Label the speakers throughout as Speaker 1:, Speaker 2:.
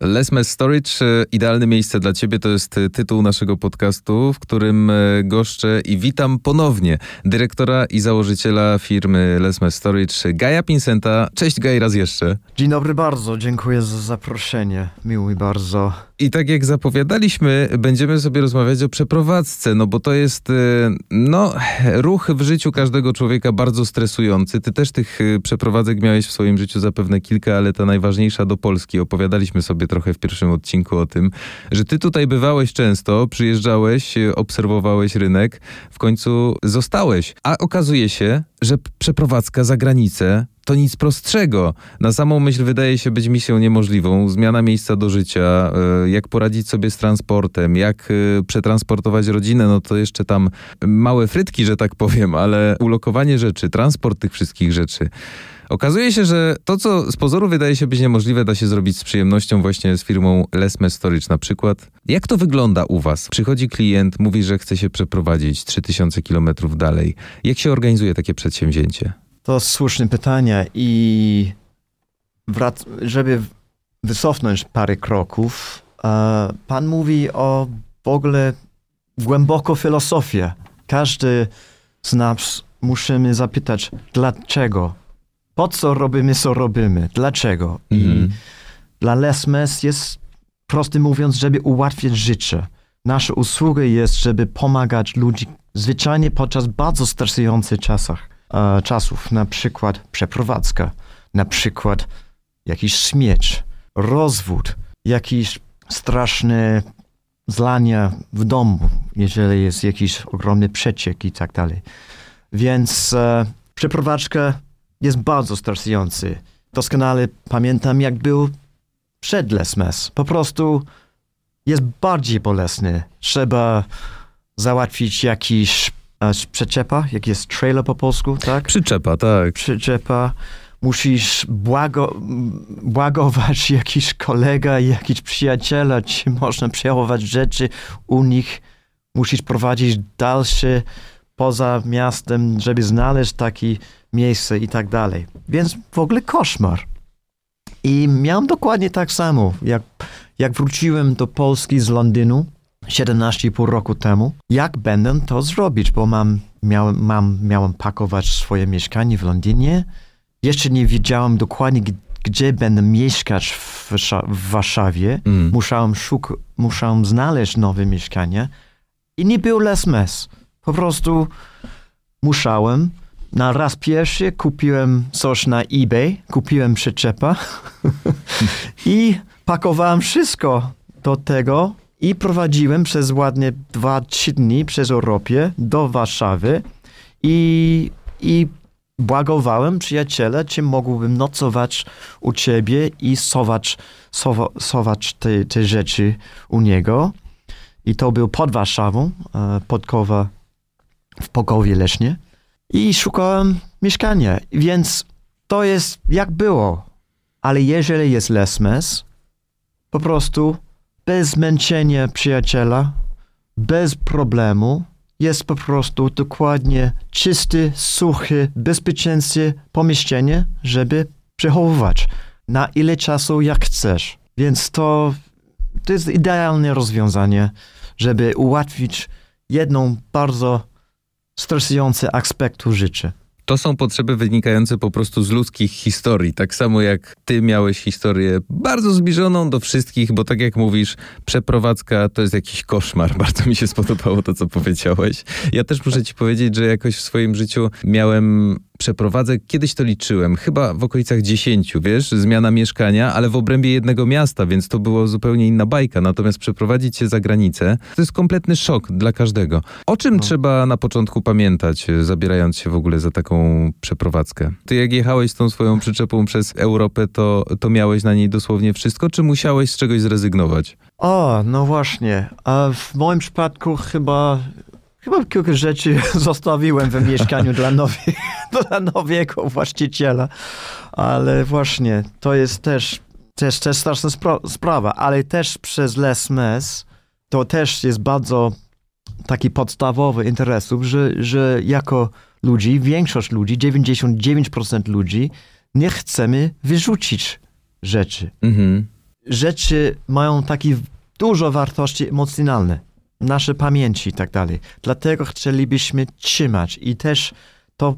Speaker 1: Less Mess Storage, idealne miejsce dla ciebie, to jest tytuł naszego podcastu, w którym goszczę i witam ponownie dyrektora i założyciela firmy Less Mess Storage, Gaja Pinsenta. Cześć Gaj, raz jeszcze.
Speaker 2: Dzień dobry bardzo, dziękuję za zaproszenie, miło mi bardzo.
Speaker 1: I tak jak zapowiadaliśmy, będziemy sobie rozmawiać o przeprowadzce, no bo to jest ruch w życiu każdego człowieka bardzo stresujący. Ty też tych przeprowadzek miałeś w swoim życiu zapewne kilka, ale ta najważniejsza do Polski. Opowiadaliśmy sobie trochę w pierwszym odcinku o tym, że ty tutaj bywałeś często, przyjeżdżałeś, obserwowałeś rynek, w końcu zostałeś. A okazuje się, że przeprowadzka za granicę to nic prostszego. Na samą myśl wydaje się być misją niemożliwą. Zmiana miejsca do życia, jak poradzić sobie z transportem, jak przetransportować rodzinę, no to jeszcze tam małe frytki, że tak powiem, ale ulokowanie rzeczy, transport tych wszystkich rzeczy. Okazuje się, że to, co z pozoru wydaje się być niemożliwe, da się zrobić z przyjemnością właśnie z firmą Less Mess Storage na przykład. Jak to wygląda u was? Przychodzi klient, mówi, że chce się przeprowadzić 3000 kilometrów dalej. Jak się organizuje takie przedsięwzięcie?
Speaker 2: To słuszne pytanie i żeby wycofnąć parę kroków, pan mówi o w ogóle głęboko filozofię. Każdy z nas musimy zapytać, dlaczego? Po co robimy, co robimy? Dlaczego? I dla Less Mess jest, prosto mówiąc, żeby ułatwić życie. Nasza usługa jest, żeby pomagać ludzi zwyczajnie podczas bardzo stresujących czasów, na przykład przeprowadzka, na przykład jakiś śmierć, rozwód, jakieś straszne zlania w domu, jeżeli jest jakiś ogromny przeciek i tak dalej. Więc przeprowadzka jest bardzo stresujący. Doskonale pamiętam, jak był przed Less Mess. Po prostu jest bardziej bolesny. Trzeba załatwić jakiś przyczepa, jak jest trailer po polsku, tak?
Speaker 1: Przyczepa, tak.
Speaker 2: Przyczepa. Musisz błagować jakiś kolega, jakiś przyjaciela, czy można przechowywać rzeczy u nich. Musisz prowadzić dalsze poza miastem, żeby znaleźć takie miejsce i tak dalej. Więc w ogóle koszmar. I miałem dokładnie tak samo, jak wróciłem do Polski z Londynu 17,5 roku temu. Jak będę to zrobić, bo miałem pakować swoje mieszkanie w Londynie. Jeszcze nie wiedziałem dokładnie, gdzie będę mieszkać w Warszawie. Musiałem znaleźć nowe mieszkanie. I nie był Less Mess. Po prostu musiałem. Na raz pierwszy kupiłem coś na eBay, kupiłem przyczepa i pakowałem wszystko do tego i prowadziłem przez ładnie 2-3 dni przez Europę do Warszawy i błagowałem przyjaciela, czy mógłbym nocować u ciebie i sować te rzeczy u niego. I to był pod Warszawą, Podkowa w Pogowie Lesznie. I szukałem mieszkania, więc to jest jak było. Ale jeżeli jest Less Mess, po prostu bez zmęczenia przyjaciela, bez problemu, jest po prostu dokładnie czysty, suchy, bezpieczne pomieszczenie, żeby przechowywać na ile czasu jak chcesz. Więc to jest idealne rozwiązanie, żeby ułatwić jedną bardzo stresujący aspektu życia.
Speaker 1: To są potrzeby wynikające po prostu z ludzkich historii. Tak samo jak ty miałeś historię bardzo zbliżoną do wszystkich, bo tak jak mówisz, przeprowadzka to jest jakiś koszmar. Bardzo mi się spodobało to, co powiedziałeś. Ja też muszę ci powiedzieć, że jakoś w swoim życiu miałem przeprowadzek, kiedyś to liczyłem, chyba w okolicach 10, wiesz, zmiana mieszkania, ale w obrębie jednego miasta, więc to było zupełnie inna bajka. Natomiast przeprowadzić się za granicę, to jest kompletny szok dla każdego. O czym trzeba na początku pamiętać, zabierając się w ogóle za taką przeprowadzkę? Ty jak jechałeś z tą swoją przyczepą przez Europę, to miałeś na niej dosłownie wszystko, czy musiałeś z czegoś zrezygnować?
Speaker 2: No właśnie. A w moim przypadku chyba kilka rzeczy zostawiłem w mieszkaniu dla nowego właściciela. Ale właśnie, to jest też straszna sprawa. Ale też przez Less Mess to też jest bardzo taki podstawowy interesów, że jako ludzi, większość ludzi, 99% ludzi, nie chcemy wyrzucić rzeczy. rzeczy mają takie dużo wartości emocjonalne, nasze pamięci i tak dalej. Dlatego chcielibyśmy trzymać i też to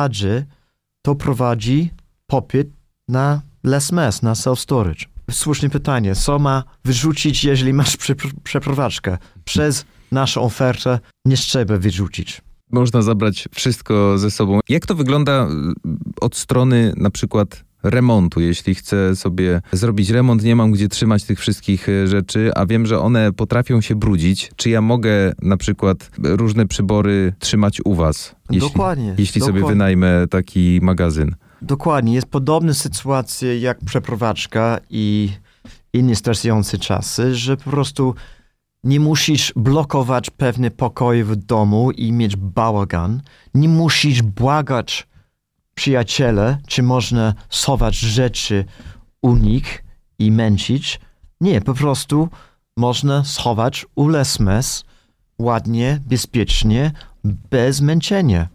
Speaker 2: prowadzi popyt na less mess, na self-storage. Słuszne pytanie, co ma wyrzucić, jeżeli masz przeprowadzkę? Przez naszą ofertę nie trzeba wyrzucić.
Speaker 1: Można zabrać wszystko ze sobą. Jak to wygląda od strony na przykład remontu? Jeśli chcę sobie zrobić remont, nie mam gdzie trzymać tych wszystkich rzeczy, a wiem, że one potrafią się brudzić. Czy ja mogę na przykład różne przybory trzymać u was? Jeśli sobie wynajmę taki magazyn.
Speaker 2: Dokładnie. Jest podobna sytuacja jak przeprowadzka i inne stresujące czasy, że po prostu nie musisz blokować pewne pokoje w domu i mieć bałagan. Nie musisz błagać przyjaciele, czy można schować rzeczy u nich i męczyć. Nie, po prostu można schować u less mess ładnie, bezpiecznie, bez męczenia.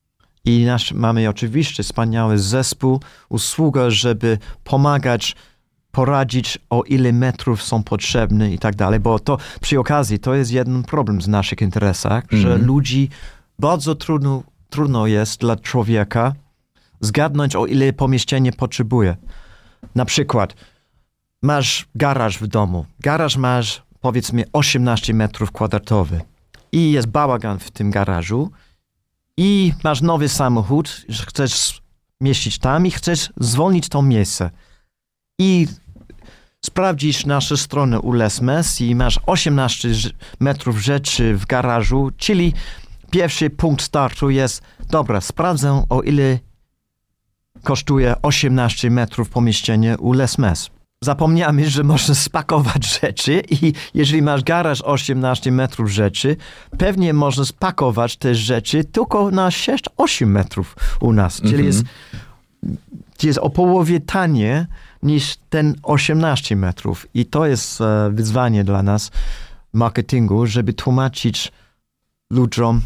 Speaker 2: I mamy oczywiście wspaniały zespół, usługę, żeby pomagać, poradzić, o ile metrów są potrzebne i tak dalej, bo to przy okazji to jest jeden problem z naszych interesach, że ludzi bardzo trudno jest dla człowieka zgadnąć, o ile pomieszczenie potrzebuje. Na przykład masz garaż w domu. Garaż masz, powiedzmy, 18 metrów kwadratowych i jest bałagan w tym garażu i masz nowy samochód, że chcesz mieścić tam i chcesz zwolnić to miejsce. I sprawdzisz naszą stronę u less mess i masz 18 metrów rzeczy w garażu, czyli pierwszy punkt startu jest, dobra, sprawdzę, o ile kosztuje 18 metrów pomieszczenie u less mess. Zapomniałem, że można spakować rzeczy i jeżeli masz garaż 18 metrów rzeczy, pewnie można spakować te rzeczy tylko na 6-8 metrów u nas. Czyli jest o połowie taniej niż ten 18 metrów. I to jest wyzwanie dla nas marketingu, żeby tłumaczyć ludziom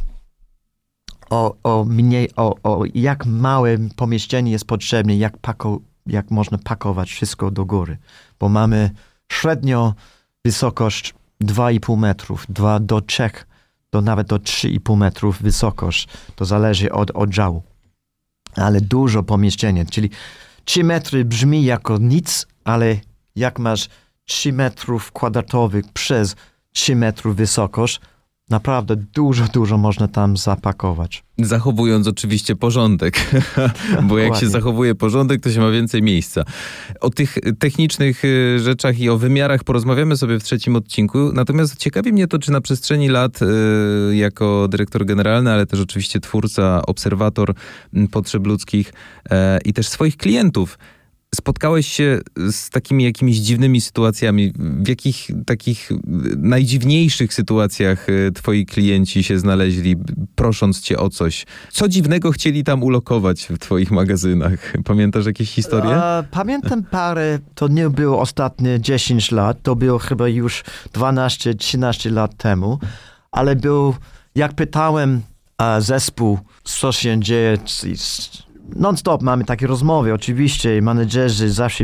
Speaker 2: o jak małe pomieszczenie jest potrzebne, jak można pakować wszystko do góry. Bo mamy średnio wysokość 2,5 metrów, 2 do 3, nawet do 3,5 metrów wysokość. To zależy od oddziału. Ale dużo pomieszczenia, czyli 3 metry brzmi jako nic, ale jak masz 3 metrów kwadratowych przez 3 metrów wysokość, naprawdę dużo można tam zapakować.
Speaker 1: Zachowując oczywiście porządek, bo jak się zachowuje porządek, to się ma więcej miejsca. O tych technicznych rzeczach i o wymiarach porozmawiamy sobie w trzecim odcinku, natomiast ciekawi mnie to, czy na przestrzeni lat jako dyrektor generalny, ale też oczywiście twórca, obserwator potrzeb ludzkich i też swoich klientów, spotkałeś się z takimi jakimiś dziwnymi sytuacjami? W jakich takich najdziwniejszych sytuacjach twoi klienci się znaleźli, prosząc cię o coś? Co dziwnego chcieli tam ulokować w twoich magazynach? Pamiętasz jakieś historie?
Speaker 2: Pamiętam parę, to nie było ostatnie 10 lat, to było chyba już 12-13 lat temu, ale jak pytałem zespół, co się dzieje, non-stop mamy takie rozmowy, oczywiście menedżerzy zawsze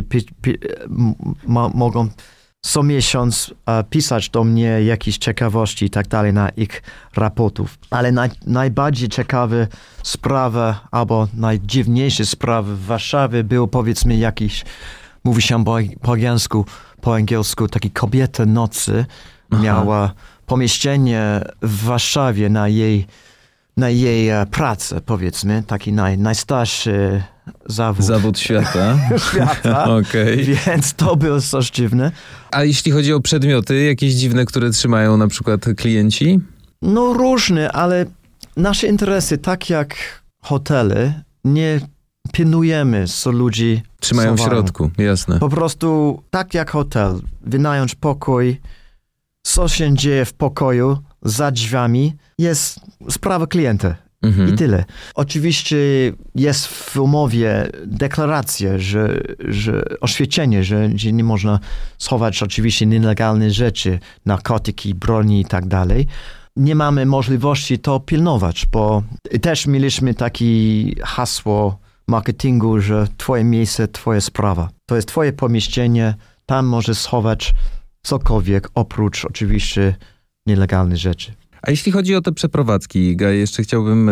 Speaker 2: mogą co miesiąc pisać do mnie jakieś ciekawości i tak dalej na ich raportów. Ale najbardziej ciekawe sprawy albo najdziwniejsze sprawy w Warszawie było, powiedzmy, jakiś, mówi się po angielsku, taki kobieta nocy. Miała pomieszczenie w Warszawie na jej pracę, powiedzmy, taki najstarszy zawód
Speaker 1: świata.
Speaker 2: Okay. Więc to było coś dziwne.
Speaker 1: A jeśli chodzi o przedmioty, jakieś dziwne, które trzymają na przykład klienci?
Speaker 2: No różne, ale nasze interesy, tak jak hotele, nie pilnujemy, co ludzi
Speaker 1: trzymają w środku, jasne.
Speaker 2: Po prostu tak jak hotel, wynająć pokój, co się dzieje w pokoju, za drzwiami, jest sprawa klienta. I tyle. Oczywiście jest w umowie deklaracja, że oświadczenie, że nie można schować oczywiście nielegalne rzeczy, narkotyki, broni i tak dalej. Nie mamy możliwości to pilnować, bo też mieliśmy takie hasło marketingu, że twoje miejsce, twoja sprawa. To jest twoje pomieszczenie, tam możesz schować cokolwiek, oprócz oczywiście nielegalnych rzeczy.
Speaker 1: A jeśli chodzi o te przeprowadzki, Gaj, jeszcze chciałbym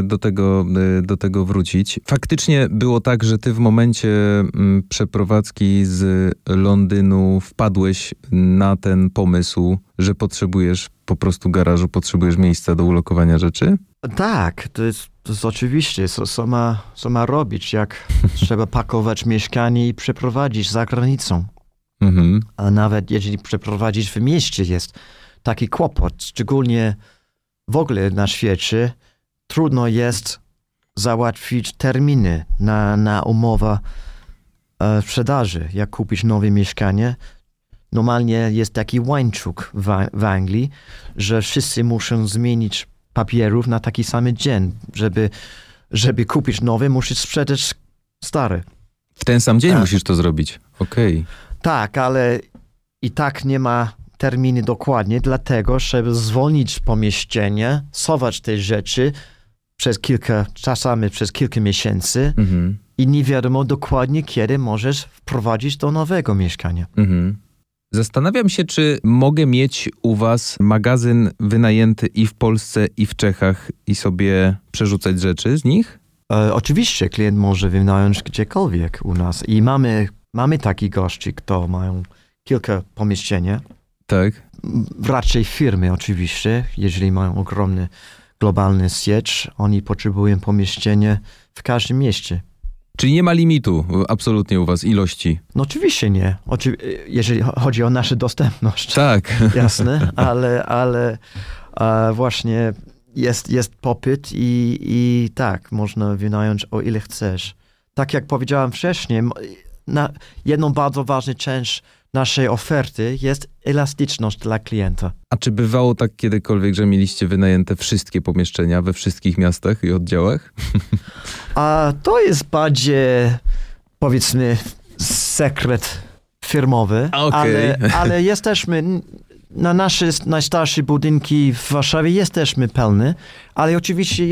Speaker 1: do tego wrócić. Faktycznie było tak, że ty w momencie przeprowadzki z Londynu wpadłeś na ten pomysł, że potrzebujesz po prostu garażu, potrzebujesz miejsca do ulokowania rzeczy?
Speaker 2: Tak, to jest oczywiście, co ma robić, jak trzeba pakować mieszkanie i przeprowadzić za granicą.
Speaker 1: Mhm.
Speaker 2: A nawet jeżeli przeprowadzić w mieście jest taki kłopot, szczególnie w ogóle na świecie, trudno jest załatwić terminy na umowę sprzedaży. Jak kupić nowe mieszkanie, normalnie jest taki łańcuch w Anglii, że wszyscy muszą zmienić papierów na taki sam dzień. Żeby kupić nowe, musisz sprzedać stare.
Speaker 1: W ten sam dzień musisz to zrobić. Okej.
Speaker 2: Tak, ale i tak nie ma terminy dokładnie, dlatego żeby zwolnić pomieszczenie, schować te rzeczy czasami przez kilka miesięcy i nie wiadomo dokładnie, kiedy możesz wprowadzić do nowego mieszkania.
Speaker 1: Zastanawiam się, czy mogę mieć u was magazyn wynajęty i w Polsce, i w Czechach i sobie przerzucać rzeczy z nich?
Speaker 2: Oczywiście klient może wynająć gdziekolwiek u nas i mamy takich gości, kto mają kilka pomieszczenia.
Speaker 1: Tak.
Speaker 2: Raczej firmy oczywiście, jeżeli mają ogromny globalny sieć, oni potrzebują pomieszczenie w każdym mieście.
Speaker 1: Czyli nie ma limitu absolutnie u was ilości?
Speaker 2: No oczywiście nie, jeżeli chodzi o naszą dostępność.
Speaker 1: Tak.
Speaker 2: Jasne, ale właśnie jest popyt i tak, można wynająć o ile chcesz. Tak jak powiedziałem wcześniej, jedną bardzo ważną część naszej oferty jest elastyczność dla klienta.
Speaker 1: A czy bywało tak kiedykolwiek, że mieliście wynajęte wszystkie pomieszczenia we wszystkich miastach i oddziałach?
Speaker 2: A to jest bardziej, powiedzmy, sekret firmowy, ale jesteśmy, na nasze najstarsze budynki w Warszawie jesteśmy pełne, ale oczywiście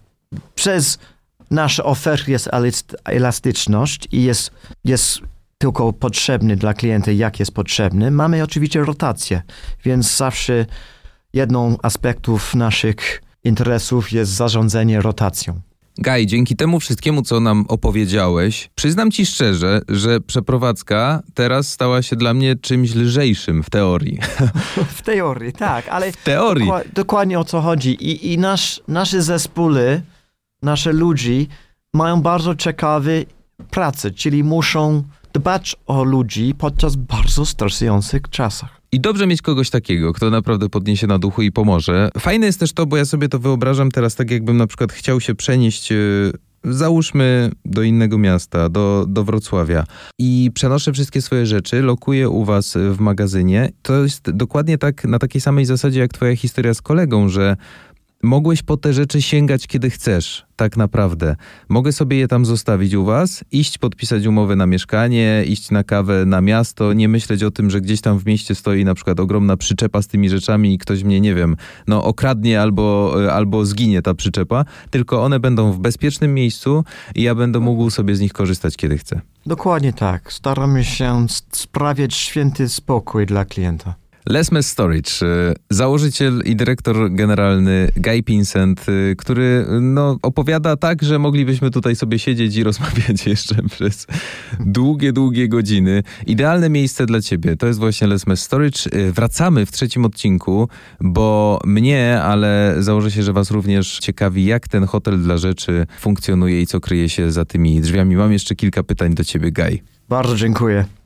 Speaker 2: przez nasze oferty jest elastyczność i jest tylko potrzebny dla klienta, jak jest potrzebny. Mamy oczywiście rotację, więc zawsze jedną z aspektów naszych interesów jest zarządzanie rotacją.
Speaker 1: Gaj, dzięki temu wszystkiemu, co nam opowiedziałeś, przyznam ci szczerze, że przeprowadzka teraz stała się dla mnie czymś lżejszym w teorii.
Speaker 2: W teorii, tak, ale
Speaker 1: w teorii.
Speaker 2: Dokładnie o co chodzi. I nasze zespoły, nasze ludzi mają bardzo ciekawe prace, czyli muszą dbać o ludzi podczas bardzo stresujących czasach.
Speaker 1: I dobrze mieć kogoś takiego, kto naprawdę podniesie na duchu i pomoże. Fajne jest też to, bo ja sobie to wyobrażam teraz tak, jakbym na przykład chciał się przenieść, załóżmy, do innego miasta, do Wrocławia i przenoszę wszystkie swoje rzeczy, lokuję u was w magazynie. To jest dokładnie tak, na takiej samej zasadzie jak twoja historia z kolegą, że mogłeś po te rzeczy sięgać, kiedy chcesz, tak naprawdę. Mogę sobie je tam zostawić u was, iść podpisać umowę na mieszkanie, iść na kawę na miasto, nie myśleć o tym, że gdzieś tam w mieście stoi na przykład ogromna przyczepa z tymi rzeczami i ktoś mnie, nie wiem, okradnie albo zginie ta przyczepa, tylko one będą w bezpiecznym miejscu i ja będę mógł sobie z nich korzystać, kiedy chcę.
Speaker 2: Dokładnie tak. Staramy się sprawiać święty spokój dla klienta.
Speaker 1: Les Mes Storage, założyciel i dyrektor generalny Guy Pinsent, który opowiada tak, że moglibyśmy tutaj sobie siedzieć i rozmawiać jeszcze przez długie godziny. Idealne miejsce dla ciebie to jest właśnie Les Mes Storage. Wracamy w 3. odcinku, bo mnie, ale założę się, że was również ciekawi, jak ten hotel dla rzeczy funkcjonuje i co kryje się za tymi drzwiami. Mam jeszcze kilka pytań do ciebie, Guy.
Speaker 2: Bardzo dziękuję.